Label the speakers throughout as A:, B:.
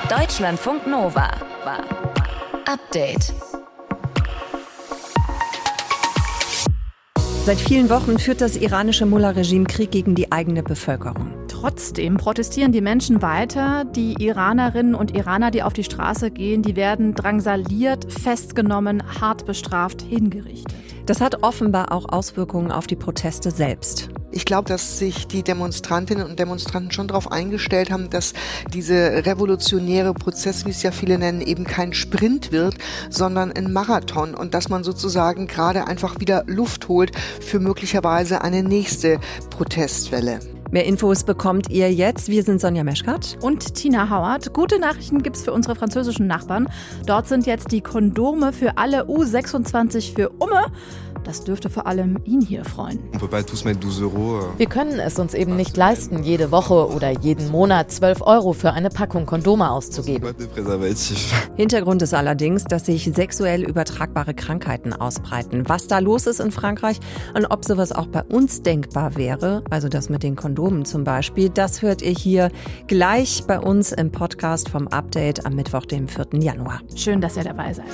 A: Deutschlandfunk Nova. Update.
B: Seit vielen Wochen führt das iranische Mullah-Regime Krieg gegen die eigene Bevölkerung.
C: Trotzdem protestieren die Menschen weiter. Die Iranerinnen und Iraner, die auf die Straße gehen, die werden drangsaliert, festgenommen, hart bestraft, hingerichtet.
B: Das hat offenbar auch Auswirkungen auf die Proteste selbst.
D: Ich glaube, dass sich die Demonstrantinnen und Demonstranten schon darauf eingestellt haben, dass dieser revolutionäre Prozess, wie es ja viele nennen, eben kein Sprint wird, sondern ein Marathon und dass man sozusagen gerade einfach wieder Luft holt für möglicherweise eine nächste Protestwelle.
B: Mehr Infos bekommt ihr jetzt. Wir sind Sonja Meschkat
C: und Tina Hauert. Gute Nachrichten gibt's für unsere französischen Nachbarn. Dort sind jetzt die Kondome für alle U26 für Umme. Das dürfte vor allem ihn hier freuen.
E: Wir können es uns eben nicht leisten, jede Woche oder jeden Monat 12 € für eine Packung Kondome auszugeben.
B: Hintergrund ist allerdings, dass sich sexuell übertragbare Krankheiten ausbreiten. Was da los ist in Frankreich und ob sowas auch bei uns denkbar wäre, also das mit den Kondomen zum Beispiel, das hört ihr hier gleich bei uns im Podcast vom Update am Mittwoch, dem 4. Januar.
C: Schön, dass ihr dabei seid.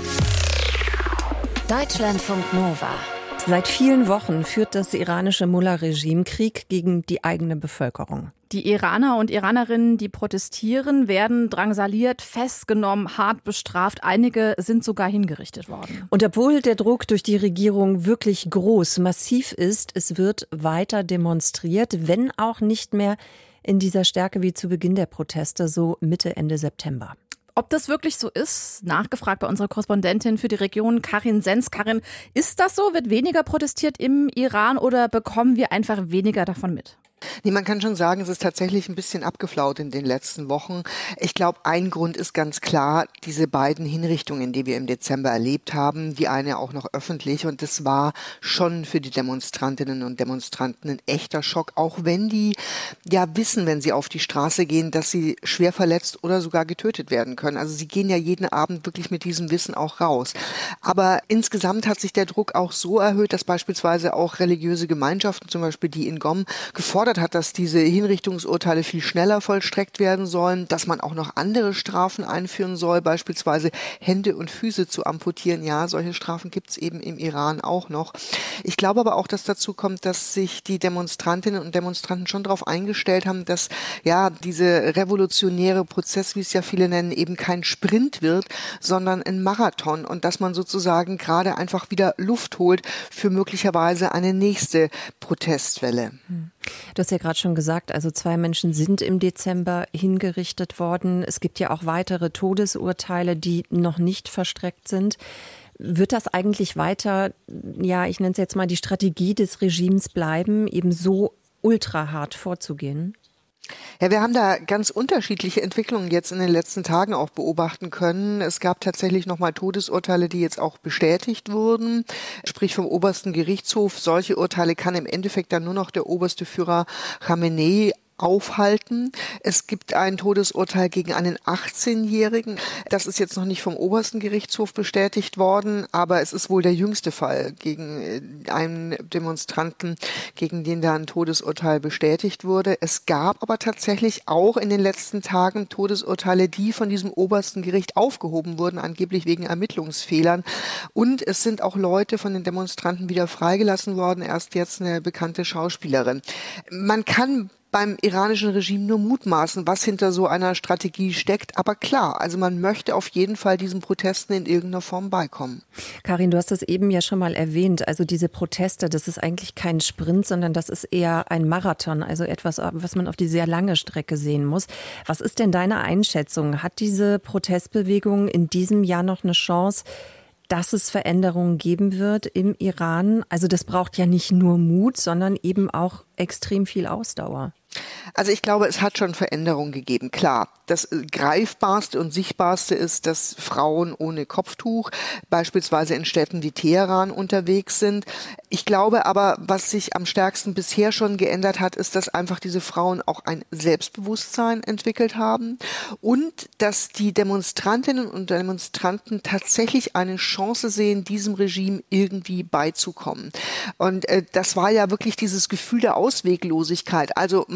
A: Deutschlandfunk Nova.
B: Seit vielen Wochen führt das iranische Mullah-Regime Krieg gegen die eigene Bevölkerung.
C: Die Iraner und Iranerinnen, die protestieren, werden drangsaliert, festgenommen, hart bestraft. Einige sind sogar hingerichtet worden.
B: Und obwohl der Druck durch die Regierung wirklich groß, massiv ist, es wird weiter demonstriert, wenn auch nicht mehr in dieser Stärke wie zu Beginn der Proteste, so Mitte, Ende September.
C: Ob das wirklich so ist, nachgefragt bei unserer Korrespondentin für die Region Karin Sens. Karin, ist das so? Wird weniger protestiert im Iran oder bekommen wir einfach weniger davon mit?
D: Nee, man kann schon sagen, es ist tatsächlich ein bisschen abgeflaut in den letzten Wochen. Ich glaube, ein Grund ist ganz klar, diese beiden Hinrichtungen, die wir im Dezember erlebt haben, die eine auch noch öffentlich. Und das war schon für die Demonstrantinnen und Demonstranten ein echter Schock, auch wenn die ja wissen, wenn sie auf die Straße gehen, dass sie schwer verletzt oder sogar getötet werden können. Also sie gehen ja jeden Abend wirklich mit diesem Wissen auch raus. Aber insgesamt hat sich der Druck auch so erhöht, dass beispielsweise auch religiöse Gemeinschaften, zum Beispiel die in Qom, gefordert hat, dass diese Hinrichtungsurteile viel schneller vollstreckt werden sollen, dass man auch noch andere Strafen einführen soll, beispielsweise Hände und Füße zu amputieren. Ja, solche Strafen gibt es eben im Iran auch noch. Ich glaube aber auch, dass dazu kommt, dass sich die Demonstrantinnen und Demonstranten schon darauf eingestellt haben, dass ja dieser revolutionäre Prozess, wie es ja viele nennen, eben kein Sprint wird, sondern ein Marathon und dass man sozusagen gerade einfach wieder Luft holt für möglicherweise eine nächste Protestwelle.
B: Du hast ja gerade schon gesagt, also 2 Menschen sind im Dezember hingerichtet worden. Es gibt ja auch weitere Todesurteile, die noch nicht verstreckt sind. Wird das eigentlich weiter, ja, ich nenne es jetzt mal die Strategie des Regimes bleiben, eben so ultra hart vorzugehen?
D: Ja, wir haben da ganz unterschiedliche Entwicklungen jetzt in den letzten Tagen auch beobachten können. Es gab tatsächlich nochmal Todesurteile, die jetzt auch bestätigt wurden, sprich vom obersten Gerichtshof. Solche Urteile kann im Endeffekt dann nur noch der oberste Führer Khamenei aufhalten. Es gibt ein Todesurteil gegen einen 18-Jährigen. Das ist jetzt noch nicht vom obersten Gerichtshof bestätigt worden, aber es ist wohl der jüngste Fall gegen einen Demonstranten, gegen den da ein Todesurteil bestätigt wurde. Es gab aber tatsächlich auch in den letzten Tagen Todesurteile, die von diesem obersten Gericht aufgehoben wurden, angeblich wegen Ermittlungsfehlern. Und es sind auch Leute von den Demonstranten wieder freigelassen worden, erst jetzt eine bekannte Schauspielerin. Man kann beim iranischen Regime nur mutmaßen, was hinter so einer Strategie steckt. Aber klar, also man möchte auf jeden Fall diesen Protesten in irgendeiner Form beikommen.
B: Karin, du hast das eben ja schon mal erwähnt. Also diese Proteste, das ist eigentlich kein Sprint, sondern das ist eher ein Marathon. Also etwas, was man auf die sehr lange Strecke sehen muss. Was ist denn deine Einschätzung? Hat diese Protestbewegung in diesem Jahr noch eine Chance, dass es Veränderungen geben wird im Iran? Also das braucht ja nicht nur Mut, sondern eben auch extrem viel Ausdauer.
D: Also ich glaube, es hat schon Veränderungen gegeben. Klar, das Greifbarste und Sichtbarste ist, dass Frauen ohne Kopftuch beispielsweise in Städten wie Teheran unterwegs sind. Ich glaube aber, was sich am stärksten bisher schon geändert hat, ist, dass einfach diese Frauen auch ein Selbstbewusstsein entwickelt haben und dass die Demonstrantinnen und Demonstranten tatsächlich eine Chance sehen, diesem Regime irgendwie beizukommen. Und das war ja wirklich dieses Gefühl der Ausweglosigkeit. Also man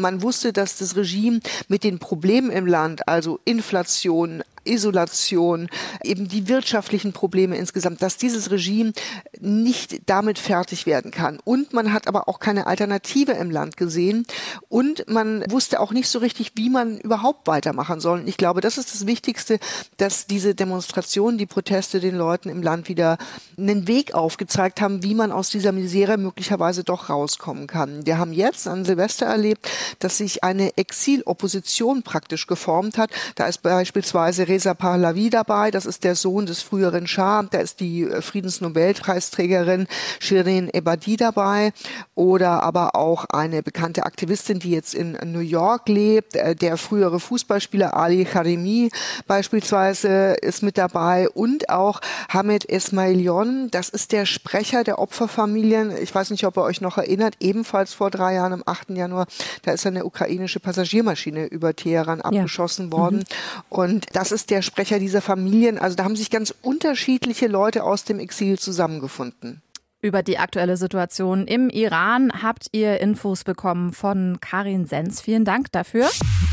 D: Man wusste, dass das Regime mit den Problemen im Land, also Inflation, Isolation, eben die wirtschaftlichen Probleme insgesamt, dass dieses Regime nicht damit fertig werden kann. Und man hat aber auch keine Alternative im Land gesehen und man wusste auch nicht so richtig, wie man überhaupt weitermachen soll. Und ich glaube, das ist das Wichtigste, dass diese Demonstrationen, die Proteste den Leuten im Land wieder einen Weg aufgezeigt haben, wie man aus dieser Misere möglicherweise doch rauskommen kann. Wir haben jetzt an Silvester erlebt, dass sich eine Exilopposition praktisch geformt hat. Da ist beispielsweise Reza Pahlavi dabei, das ist der Sohn des früheren Schah, da ist die Friedensnobelpreisträgerin Shirin Ebadi dabei oder aber auch eine bekannte Aktivistin, die jetzt in New York lebt, der frühere Fußballspieler Ali Karimi beispielsweise ist mit dabei und auch Hamed Esmailion, das ist der Sprecher der Opferfamilien, ich weiß nicht, ob ihr euch noch erinnert, ebenfalls vor 3 Jahren, am 8. Januar, da ist eine ukrainische Passagiermaschine über Teheran abgeschossen worden und das ist der Sprecher dieser Familien. Also da haben sich ganz unterschiedliche Leute aus dem Exil zusammengefunden.
C: Über die aktuelle Situation im Iran habt ihr Infos bekommen von Karin Senz. Vielen Dank dafür.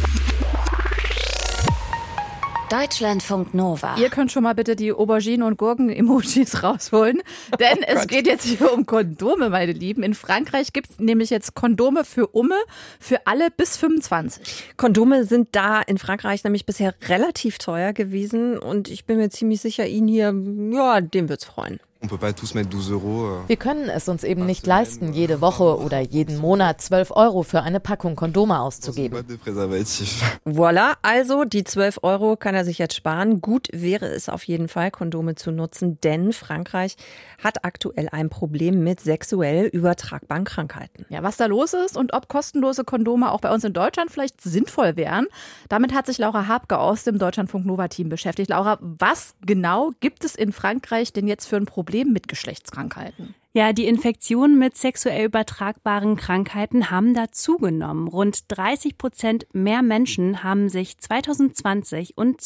A: Deutschlandfunk Nova.
C: Ihr könnt schon mal bitte die Auberginen- und Gurken-Emojis rausholen, denn es geht jetzt hier um Kondome, meine Lieben. In Frankreich gibt es nämlich jetzt Kondome für alle bis 25.
B: Kondome sind da in Frankreich nämlich bisher relativ teuer gewesen und ich bin mir ziemlich sicher, ihn hier, ja, dem wird's freuen.
E: Wir können es uns eben nicht leisten, jede Woche oder jeden Monat 12 € für eine Packung Kondome auszugeben.
B: Voilà, also die 12 € kann er sich jetzt sparen. Gut wäre es auf jeden Fall, Kondome zu nutzen, denn Frankreich hat aktuell ein Problem mit sexuell übertragbaren Krankheiten.
C: Ja, was da los ist und ob kostenlose Kondome auch bei uns in Deutschland vielleicht sinnvoll wären, damit hat sich Laura Habke aus dem Deutschlandfunk Nova-Team beschäftigt. Laura, was genau gibt es in Frankreich denn jetzt für ein Problem mit Geschlechtskrankheiten?
F: Ja, die Infektionen mit sexuell übertragbaren Krankheiten haben da zugenommen. Rund 30% mehr Menschen haben sich 2020 und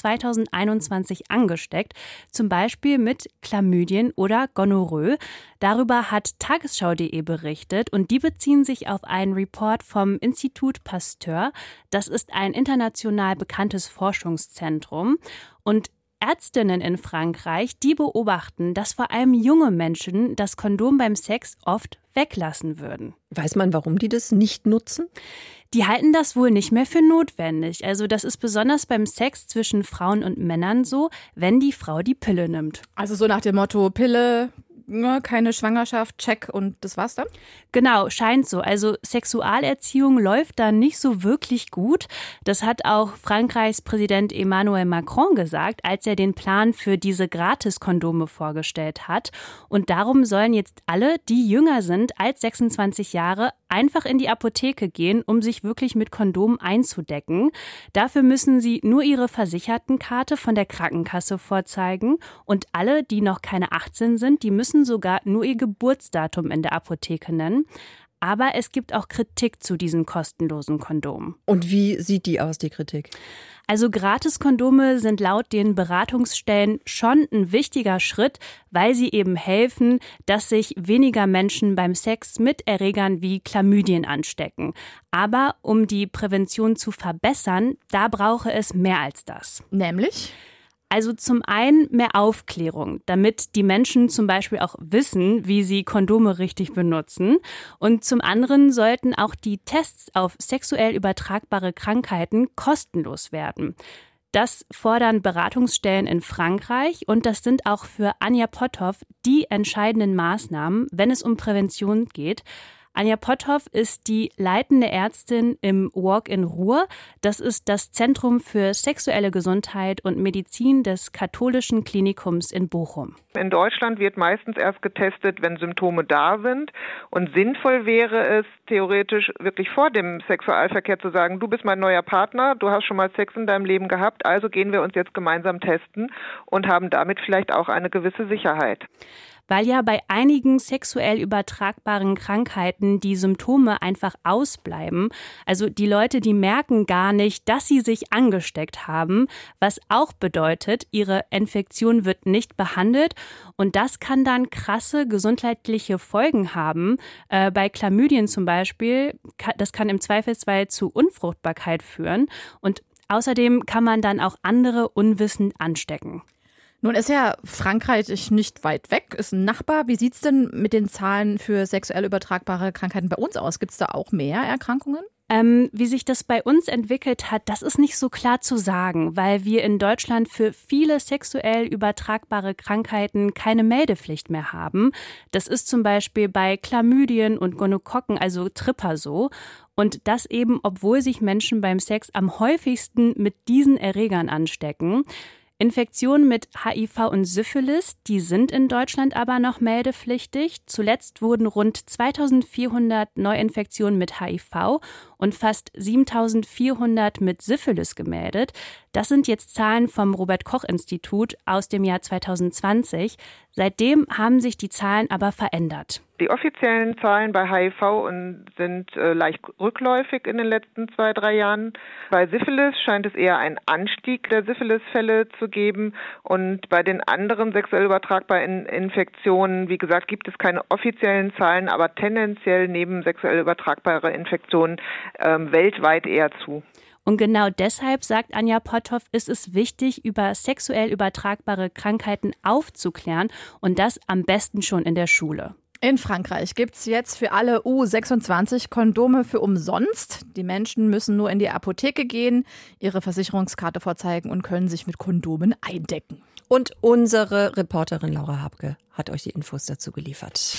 F: 2021 angesteckt, zum Beispiel mit Chlamydien oder Gonorrhoe. Darüber hat Tagesschau.de berichtet und die beziehen sich auf einen Report vom Institut Pasteur. Das ist ein international bekanntes Forschungszentrum und Ärztinnen in Frankreich, die beobachten, dass vor allem junge Menschen das Kondom beim Sex oft weglassen würden.
B: Weiß man, warum die das nicht nutzen?
F: Die halten das wohl nicht mehr für notwendig. Also das ist besonders beim Sex zwischen Frauen und Männern so, wenn die Frau die Pille nimmt.
C: Also so nach dem Motto Pille, keine Schwangerschaft, check und das war's dann?
F: Genau, scheint so. Also Sexualerziehung läuft da nicht so wirklich gut. Das hat auch Frankreichs Präsident Emmanuel Macron gesagt, als er den Plan für diese Gratiskondome vorgestellt hat. Und darum sollen jetzt alle, die jünger sind als 26 Jahre, einfach in die Apotheke gehen, um sich wirklich mit Kondomen einzudecken. Dafür müssen sie nur ihre Versichertenkarte von der Krankenkasse vorzeigen. Und alle, die noch keine 18 sind, die müssen sogar nur ihr Geburtsdatum in der Apotheke nennen. Aber es gibt auch Kritik zu diesen kostenlosen Kondomen.
B: Und wie sieht die aus, die Kritik?
F: Also Gratiskondome sind laut den Beratungsstellen schon ein wichtiger Schritt, weil sie eben helfen, dass sich weniger Menschen beim Sex mit Erregern wie Chlamydien anstecken. Aber um die Prävention zu verbessern, da brauche es mehr als das.
C: Nämlich?
F: Also zum einen mehr Aufklärung, damit die Menschen zum Beispiel auch wissen, wie sie Kondome richtig benutzen. Und zum anderen sollten auch die Tests auf sexuell übertragbare Krankheiten kostenlos werden. Das fordern Beratungsstellen in Frankreich und das sind auch für Anja Potthoff die entscheidenden Maßnahmen, wenn es um Prävention geht. Anja Potthoff ist die leitende Ärztin im Walk in Ruhr. Das ist das Zentrum für sexuelle Gesundheit und Medizin des Katholischen Klinikums in Bochum.
G: In Deutschland wird meistens erst getestet, wenn Symptome da sind. Und sinnvoll wäre es, theoretisch wirklich vor dem Sexualverkehr zu sagen, du bist mein neuer Partner, du hast schon mal Sex in deinem Leben gehabt, also gehen wir uns jetzt gemeinsam testen und haben damit vielleicht auch eine gewisse Sicherheit.
F: weil ja bei einigen sexuell übertragbaren Krankheiten die Symptome einfach ausbleiben. Also die Leute, die merken gar nicht, dass sie sich angesteckt haben, was auch bedeutet, ihre Infektion wird nicht behandelt und das kann dann krasse gesundheitliche Folgen haben. Bei Chlamydien zum Beispiel, das kann im Zweifelsfall zu Unfruchtbarkeit führen und außerdem kann man dann auch andere unwissend anstecken.
C: Nun ist ja Frankreich nicht weit weg, ist ein Nachbar. Wie sieht es denn mit den Zahlen für sexuell übertragbare Krankheiten bei uns aus? Gibt es da auch mehr Erkrankungen?
F: Wie sich das bei uns entwickelt hat, das ist nicht so klar zu sagen, weil wir in Deutschland für viele sexuell übertragbare Krankheiten keine Meldepflicht mehr haben. Das ist zum Beispiel bei Chlamydien und Gonokokken, also Tripper so. Und das eben, obwohl sich Menschen beim Sex am häufigsten mit diesen Erregern anstecken. Infektionen mit HIV und Syphilis, die sind in Deutschland aber noch meldepflichtig. Zuletzt wurden rund 2400 Neuinfektionen mit HIV und fast 7400 mit Syphilis gemeldet. Das sind jetzt Zahlen vom Robert-Koch-Institut aus dem Jahr 2020. Seitdem haben sich die Zahlen aber verändert.
G: Die offiziellen Zahlen bei HIV sind leicht rückläufig in den letzten 2-3 Jahren. Bei Syphilis scheint es eher einen Anstieg der Syphilis-Fälle zu geben. Und bei den anderen sexuell übertragbaren Infektionen, wie gesagt, gibt es keine offiziellen Zahlen, aber tendenziell nehmen sexuell übertragbare Infektionen weltweit eher zu.
F: Und genau deshalb, sagt Anja Potthoff, ist es wichtig, über sexuell übertragbare Krankheiten aufzuklären und das am besten schon in der Schule.
C: In Frankreich gibt es jetzt für alle U26 Kondome für umsonst. Die Menschen müssen nur in die Apotheke gehen, ihre Versicherungskarte vorzeigen und können sich mit Kondomen eindecken.
B: Und unsere Reporterin Laura Habke hat euch die Infos dazu geliefert.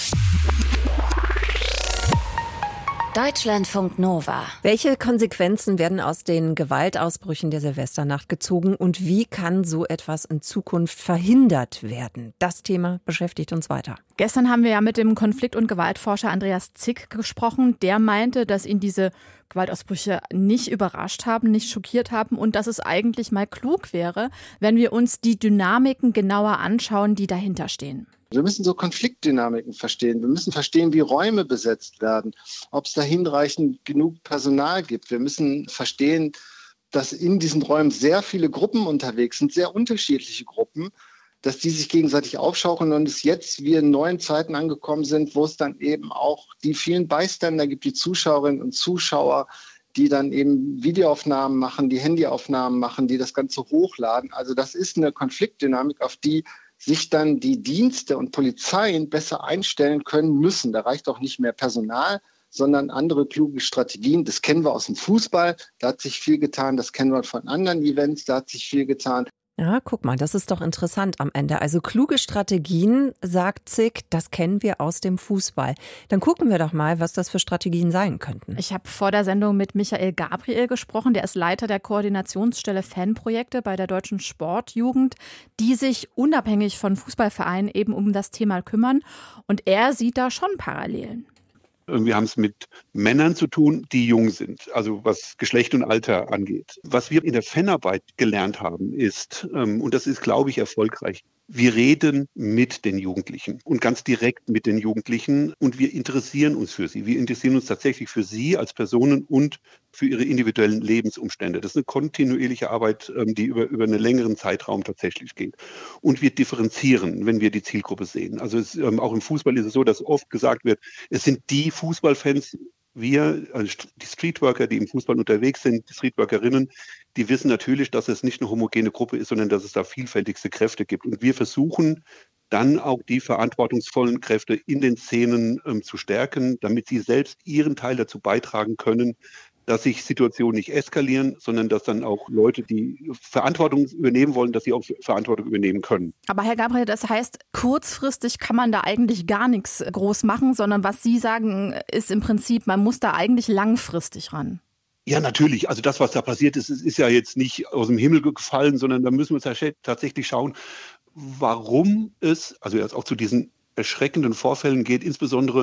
A: Deutschlandfunk Nova.
B: Welche Konsequenzen werden aus den Gewaltausbrüchen der Silvesternacht gezogen und wie kann so etwas in Zukunft verhindert werden? Das Thema beschäftigt uns weiter.
C: Gestern haben wir ja mit dem Konflikt- und Gewaltforscher Andreas Zick gesprochen. Der meinte, dass ihn diese Gewaltausbrüche nicht überrascht haben, nicht schockiert haben und dass es eigentlich mal klug wäre, wenn wir uns die Dynamiken genauer anschauen, die dahinter stehen.
H: Wir müssen so Konfliktdynamiken verstehen. Wir müssen verstehen, wie Räume besetzt werden, ob es da hinreichend genug Personal gibt. Wir müssen verstehen, dass in diesen Räumen sehr viele Gruppen unterwegs sind, sehr unterschiedliche Gruppen, dass die sich gegenseitig aufschaukeln und es jetzt wir in neuen Zeiten angekommen sind, wo es dann eben auch die vielen Bystander gibt, die Zuschauerinnen und Zuschauer, die dann eben Videoaufnahmen machen, die Handyaufnahmen machen, die das Ganze hochladen. Also das ist eine Konfliktdynamik, auf die sich dann die Dienste und Polizeien besser einstellen können müssen. Da reicht auch nicht mehr Personal, sondern andere kluge Strategien. Das kennen wir aus dem Fußball, da hat sich viel getan. Das kennen wir von anderen Events, da hat sich viel getan.
B: Ja, guck mal, das ist doch interessant am Ende. Also kluge Strategien, sagt Zick, das kennen wir aus dem Fußball. Dann gucken wir doch mal, was das für Strategien sein könnten.
C: Ich habe vor der Sendung mit Michael Gabriel gesprochen. Der ist Leiter der Koordinationsstelle Fanprojekte bei der Deutschen Sportjugend, die sich unabhängig von Fußballvereinen eben um das Thema kümmern. Und er sieht da schon Parallelen.
I: Wir haben es mit Männern zu tun, die jung sind, also was Geschlecht und Alter angeht. Was wir in der Fanarbeit gelernt haben ist, und das ist, glaube ich, erfolgreich, wir reden mit den Jugendlichen und ganz direkt mit den Jugendlichen und wir interessieren uns für sie. Wir interessieren uns tatsächlich für sie als Personen und für ihre individuellen Lebensumstände. Das ist eine kontinuierliche Arbeit, die über einen längeren Zeitraum tatsächlich geht. Und wir differenzieren, wenn wir die Zielgruppe sehen. Also auch im Fußball ist es so, dass oft gesagt wird, es sind die Fußballfans, wir, also die Streetworker, die im Fußball unterwegs sind, die Streetworkerinnen, die wissen natürlich, dass es nicht eine homogene Gruppe ist, sondern dass es da vielfältigste Kräfte gibt. Und wir versuchen dann auch die verantwortungsvollen Kräfte in den Szenen zu stärken, damit sie selbst ihren Teil dazu beitragen können, dass sich Situationen nicht eskalieren, sondern dass dann auch Leute, die Verantwortung übernehmen wollen, dass sie auch Verantwortung übernehmen können.
C: Aber Herr Gabriel, das heißt, kurzfristig kann man da eigentlich gar nichts groß machen, sondern was Sie sagen, ist im Prinzip, man muss da eigentlich langfristig ran.
I: Ja, natürlich. Also das, was da passiert ist, ist ja jetzt nicht aus dem Himmel gefallen, sondern da müssen wir tatsächlich schauen, warum es, also jetzt auch zu diesen erschreckenden Vorfällen geht, insbesondere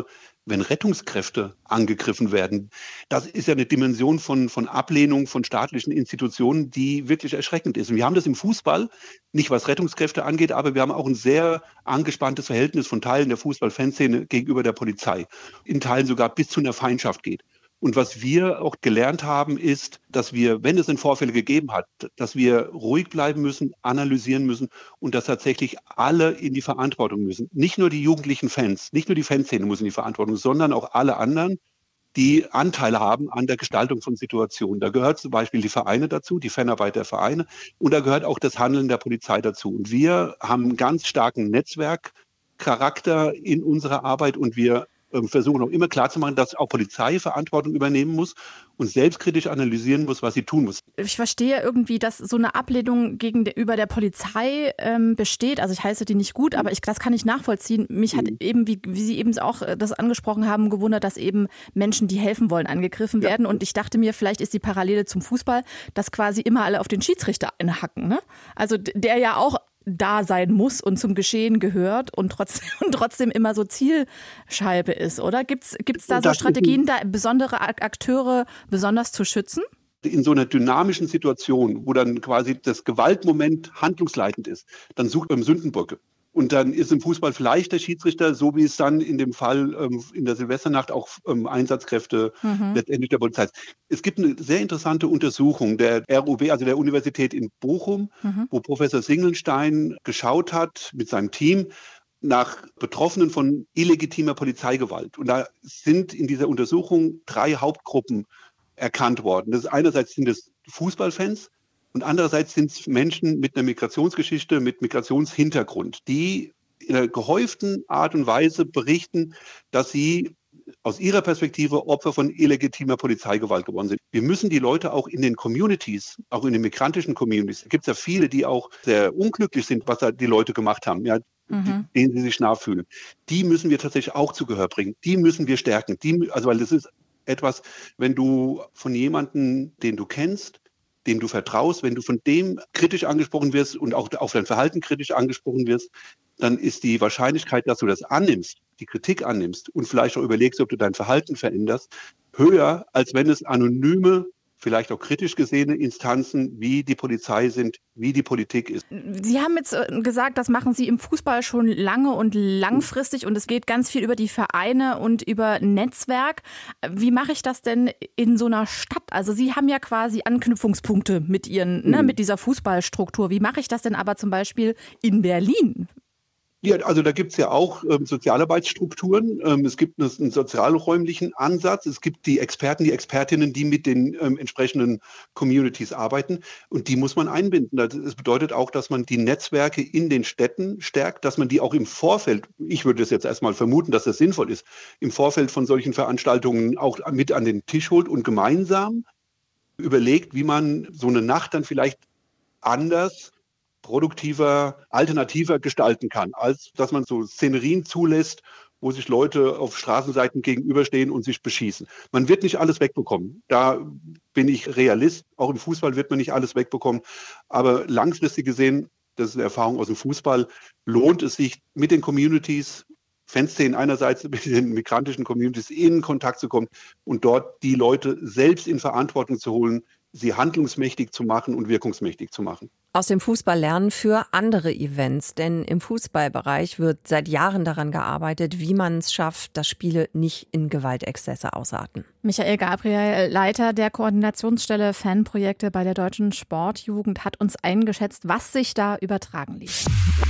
I: wenn Rettungskräfte angegriffen werden. Das ist ja eine Dimension von Ablehnung von staatlichen Institutionen, die wirklich erschreckend ist. Und wir haben das im Fußball, nicht was Rettungskräfte angeht, aber wir haben auch ein sehr angespanntes Verhältnis von Teilen der Fußball-Fanszene gegenüber der Polizei. In Teilen sogar bis zu einer Feindschaft geht. Und was wir auch gelernt haben, ist, dass wir, wenn es denn Vorfälle gegeben hat, dass wir ruhig bleiben müssen, analysieren müssen und dass tatsächlich alle in die Verantwortung müssen. Nicht nur die jugendlichen Fans, nicht nur die Fanszene muss in die Verantwortung, sondern auch alle anderen, die Anteile haben an der Gestaltung von Situationen. Da gehört zum Beispiel die Vereine dazu, die Fanarbeit der Vereine, und da gehört auch das Handeln der Polizei dazu. Und wir haben einen ganz starken Netzwerkcharakter in unserer Arbeit und wir versuchen auch immer klarzumachen, dass auch Polizei Verantwortung übernehmen muss und selbstkritisch analysieren muss, was sie tun muss.
C: Ich verstehe irgendwie, dass so eine Ablehnung gegenüber der Polizei besteht. Also ich heiße die nicht gut, aber das kann ich nachvollziehen. Mich hat eben, wie Sie eben auch das angesprochen haben, gewundert, dass eben Menschen, die helfen wollen, angegriffen werden. Und ich dachte mir, vielleicht ist die Parallele zum Fußball, dass quasi immer alle auf den Schiedsrichter einhacken. Ne? Also der ja auch da sein muss und zum Geschehen gehört und trotzdem immer so Zielscheibe ist, oder? Gibt's da so Strategien, da besondere Akteure besonders zu schützen?
I: In so einer dynamischen Situation, wo dann quasi das Gewaltmoment handlungsleitend ist, dann sucht man Sündenböcke. Und dann ist im Fußball vielleicht der Schiedsrichter, so wie es dann in dem Fall in der Silvesternacht auch Einsatzkräfte letztendlich der Polizei ist. Es gibt eine sehr interessante Untersuchung der RUB, also der Universität in Bochum, wo Professor Singelstein geschaut hat mit seinem Team nach Betroffenen von illegitimer Polizeigewalt. Und da sind in dieser Untersuchung 3 Hauptgruppen erkannt worden. Das ist einerseits sind es Fußballfans, und andererseits sind es Menschen mit einer Migrationsgeschichte, mit Migrationshintergrund, die in einer gehäuften Art und Weise berichten, dass sie aus ihrer Perspektive Opfer von illegitimer Polizeigewalt geworden sind. Wir müssen die Leute auch in den Communities, auch in den migrantischen Communities, da gibt es ja viele, die auch sehr unglücklich sind, was da die Leute gemacht haben, ja, denen sie sich nah fühlen. Die müssen wir tatsächlich auch zu Gehör bringen. Die müssen wir stärken. Weil das ist etwas, wenn du von jemandem, den du kennst, dem du vertraust, wenn du von dem kritisch angesprochen wirst und auch auf dein Verhalten kritisch angesprochen wirst, dann ist die Wahrscheinlichkeit, dass du das annimmst, die Kritik annimmst und vielleicht auch überlegst, ob du dein Verhalten veränderst, höher, als wenn es anonyme, vielleicht auch kritisch gesehene Instanzen wie die Polizei sind, wie die Politik ist.
C: Sie haben jetzt gesagt, das machen Sie im Fußball schon lange und langfristig und es geht ganz viel über die Vereine und über Netzwerk. Wie mache ich das denn in so einer Stadt? Also Sie haben ja quasi Anknüpfungspunkte mit mit dieser Fußballstruktur. Wie mache ich das denn aber zum Beispiel in Berlin?
I: Ja, also da gibt es ja auch Sozialarbeitsstrukturen. Es gibt einen sozialräumlichen Ansatz. Es gibt die Experten, die Expertinnen, die mit den entsprechenden Communities arbeiten. Und die muss man einbinden. Das bedeutet auch, dass man die Netzwerke in den Städten stärkt, dass man die auch im Vorfeld, ich würde das jetzt erstmal vermuten, dass das sinnvoll ist, im Vorfeld von solchen Veranstaltungen auch mit an den Tisch holt und gemeinsam überlegt, wie man so eine Nacht dann vielleicht anders, produktiver, alternativer gestalten kann, als dass man so Szenerien zulässt, wo sich Leute auf Straßenseiten gegenüberstehen und sich beschießen. Man wird nicht alles wegbekommen. Da bin ich Realist. Auch im Fußball wird man nicht alles wegbekommen. Aber langfristig gesehen, das ist eine Erfahrung aus dem Fußball, lohnt es sich mit den Communities, Fanszenen einerseits mit den migrantischen Communities in Kontakt zu kommen und dort die Leute selbst in Verantwortung zu holen, sie handlungsmächtig zu machen und wirkungsmächtig zu machen.
B: Aus dem Fußball lernen für andere Events, denn im Fußballbereich wird seit Jahren daran gearbeitet, wie man es schafft, dass Spiele nicht in Gewaltexzesse ausarten.
C: Michael Gabriel, Leiter der Koordinationsstelle Fanprojekte bei der Deutschen Sportjugend, hat uns eingeschätzt, was sich da übertragen ließ.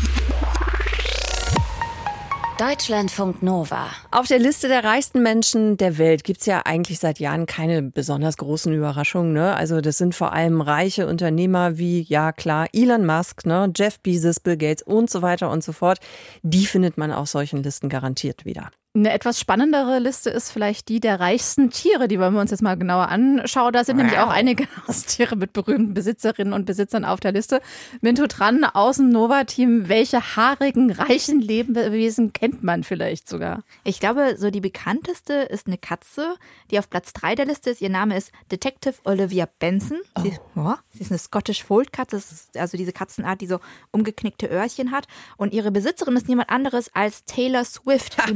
A: Deutschlandfunk Nova.
B: Auf der Liste der reichsten Menschen der Welt gibt's ja eigentlich seit Jahren keine besonders großen Überraschungen. Ne? Also das sind vor allem reiche Unternehmer wie, ja klar, Elon Musk, ne? Jeff Bezos, Bill Gates und so weiter und so fort. Die findet man auf solchen Listen garantiert wieder.
C: Eine etwas spannendere Liste ist vielleicht die der reichsten Tiere. Die wollen wir uns jetzt mal genauer anschauen. Da sind nämlich auch einige Haustiere mit berühmten Besitzerinnen und Besitzern auf der Liste. Minto Tran aus dem Nova-Team. Welche haarigen, reichen Lebewesen kennt man vielleicht sogar?
J: Ich glaube, so die bekannteste ist eine Katze, die auf Platz 3 der Liste ist. Ihr Name ist Detective Olivia Benson. Sie ist eine Scottish Fold Katze. Das ist also diese Katzenart, die so umgeknickte Öhrchen hat. Und ihre Besitzerin ist niemand anderes als Taylor Swift, die Musikerin.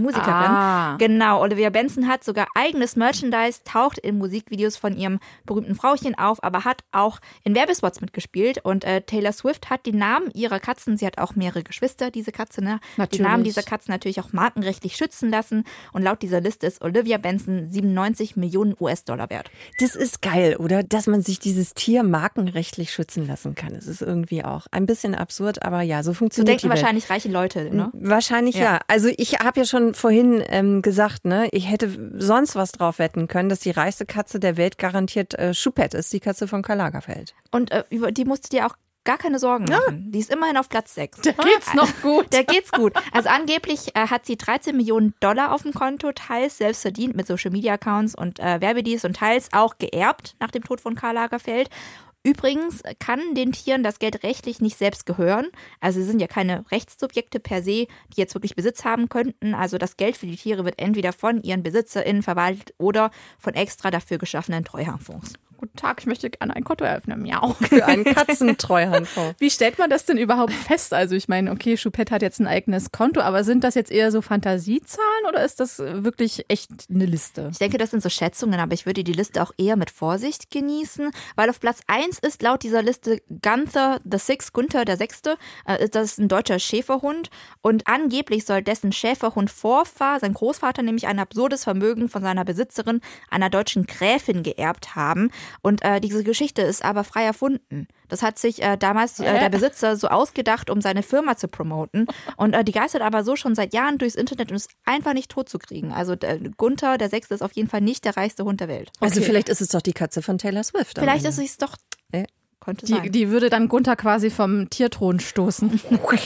J: Genau, Olivia Benson hat sogar eigenes Merchandise, taucht in Musikvideos von ihrem berühmten Frauchen auf, aber hat auch in Werbespots mitgespielt. Und Taylor Swift hat die Namen ihrer Katzen, sie hat auch mehrere Geschwister, diese Katze, ne? Die Namen dieser Katzen natürlich auch markenrechtlich schützen lassen. Und laut dieser Liste ist Olivia Benson 97 Millionen US-Dollar wert.
B: Das ist geil, oder? Dass man sich dieses Tier markenrechtlich schützen lassen kann. Das ist irgendwie auch ein bisschen absurd, aber ja, so funktioniert
J: So denken wahrscheinlich reiche Leute, ne?
B: Wahrscheinlich ja. Also ich habe ja schon vorhin gesagt, ne, ich hätte sonst was drauf wetten können, dass die reichste Katze der Welt garantiert Choupette ist, die Katze von Karl Lagerfeld.
J: Und über die musst du dir auch gar keine Sorgen machen. Die ist immerhin auf Platz 6.
C: Da geht's noch gut.
J: Da geht's gut. Also angeblich hat sie 13 Millionen Dollar auf dem Konto, teils selbst verdient mit Social-Media-Accounts und Werbedeals und teils auch geerbt nach dem Tod von Karl Lagerfeld. Übrigens kann den Tieren das Geld rechtlich nicht selbst gehören. Also sie sind ja keine Rechtssubjekte per se, die jetzt wirklich Besitz haben könnten. Also das Geld für die Tiere wird entweder von ihren BesitzerInnen verwaltet oder von extra dafür geschaffenen Treuhandfonds.
C: Guten Tag, ich möchte gerne ein Konto eröffnen. Miau.
B: Für einen Katzentreuhandfonds.
C: Wie stellt man das denn überhaupt fest? Also ich meine, okay, Choupette hat jetzt ein eigenes Konto, aber sind das jetzt eher so Fantasiezahlen oder ist das wirklich echt eine Liste?
J: Ich denke, das sind so Schätzungen, aber ich würde die Liste auch eher mit Vorsicht genießen, weil auf Platz 1 ist laut dieser Liste Gunther der Sechste. Das ist ein deutscher Schäferhund und angeblich soll dessen Schäferhund sein Großvater, nämlich ein absurdes Vermögen von seiner Besitzerin, einer deutschen Gräfin, geerbt haben. Und diese Geschichte ist aber frei erfunden. Das hat sich damals der Besitzer so ausgedacht, um seine Firma zu promoten. Und die geistert aber so schon seit Jahren durchs Internet und ist einfach nicht tot zu kriegen. Also Gunther, der Sechste, ist auf jeden Fall nicht der reichste Hund der Welt.
B: Also vielleicht ist es doch die Katze von Taylor Swift.
J: Vielleicht ist es doch... Könnte sein.
C: Die würde dann Gunther quasi vom Tierthron stoßen.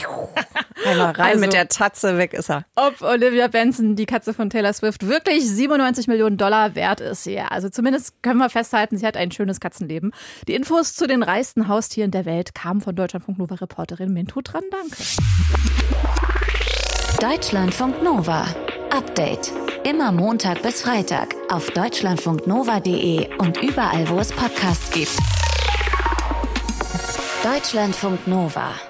B: Einmal rein mit der Tatze, weg ist er.
C: Ob Olivia Benson, die Katze von Taylor Swift, wirklich 97 Millionen Dollar wert ist, ja. Also zumindest können wir festhalten, sie hat ein schönes Katzenleben. Die Infos zu den reichsten Haustieren der Welt kamen von Deutschlandfunk Nova-Reporterin Mintu Tran. Danke.
A: Deutschlandfunk Nova. Update. Immer Montag bis Freitag auf deutschlandfunknova.de und überall, wo es Podcasts gibt. Deutschlandfunk Nova.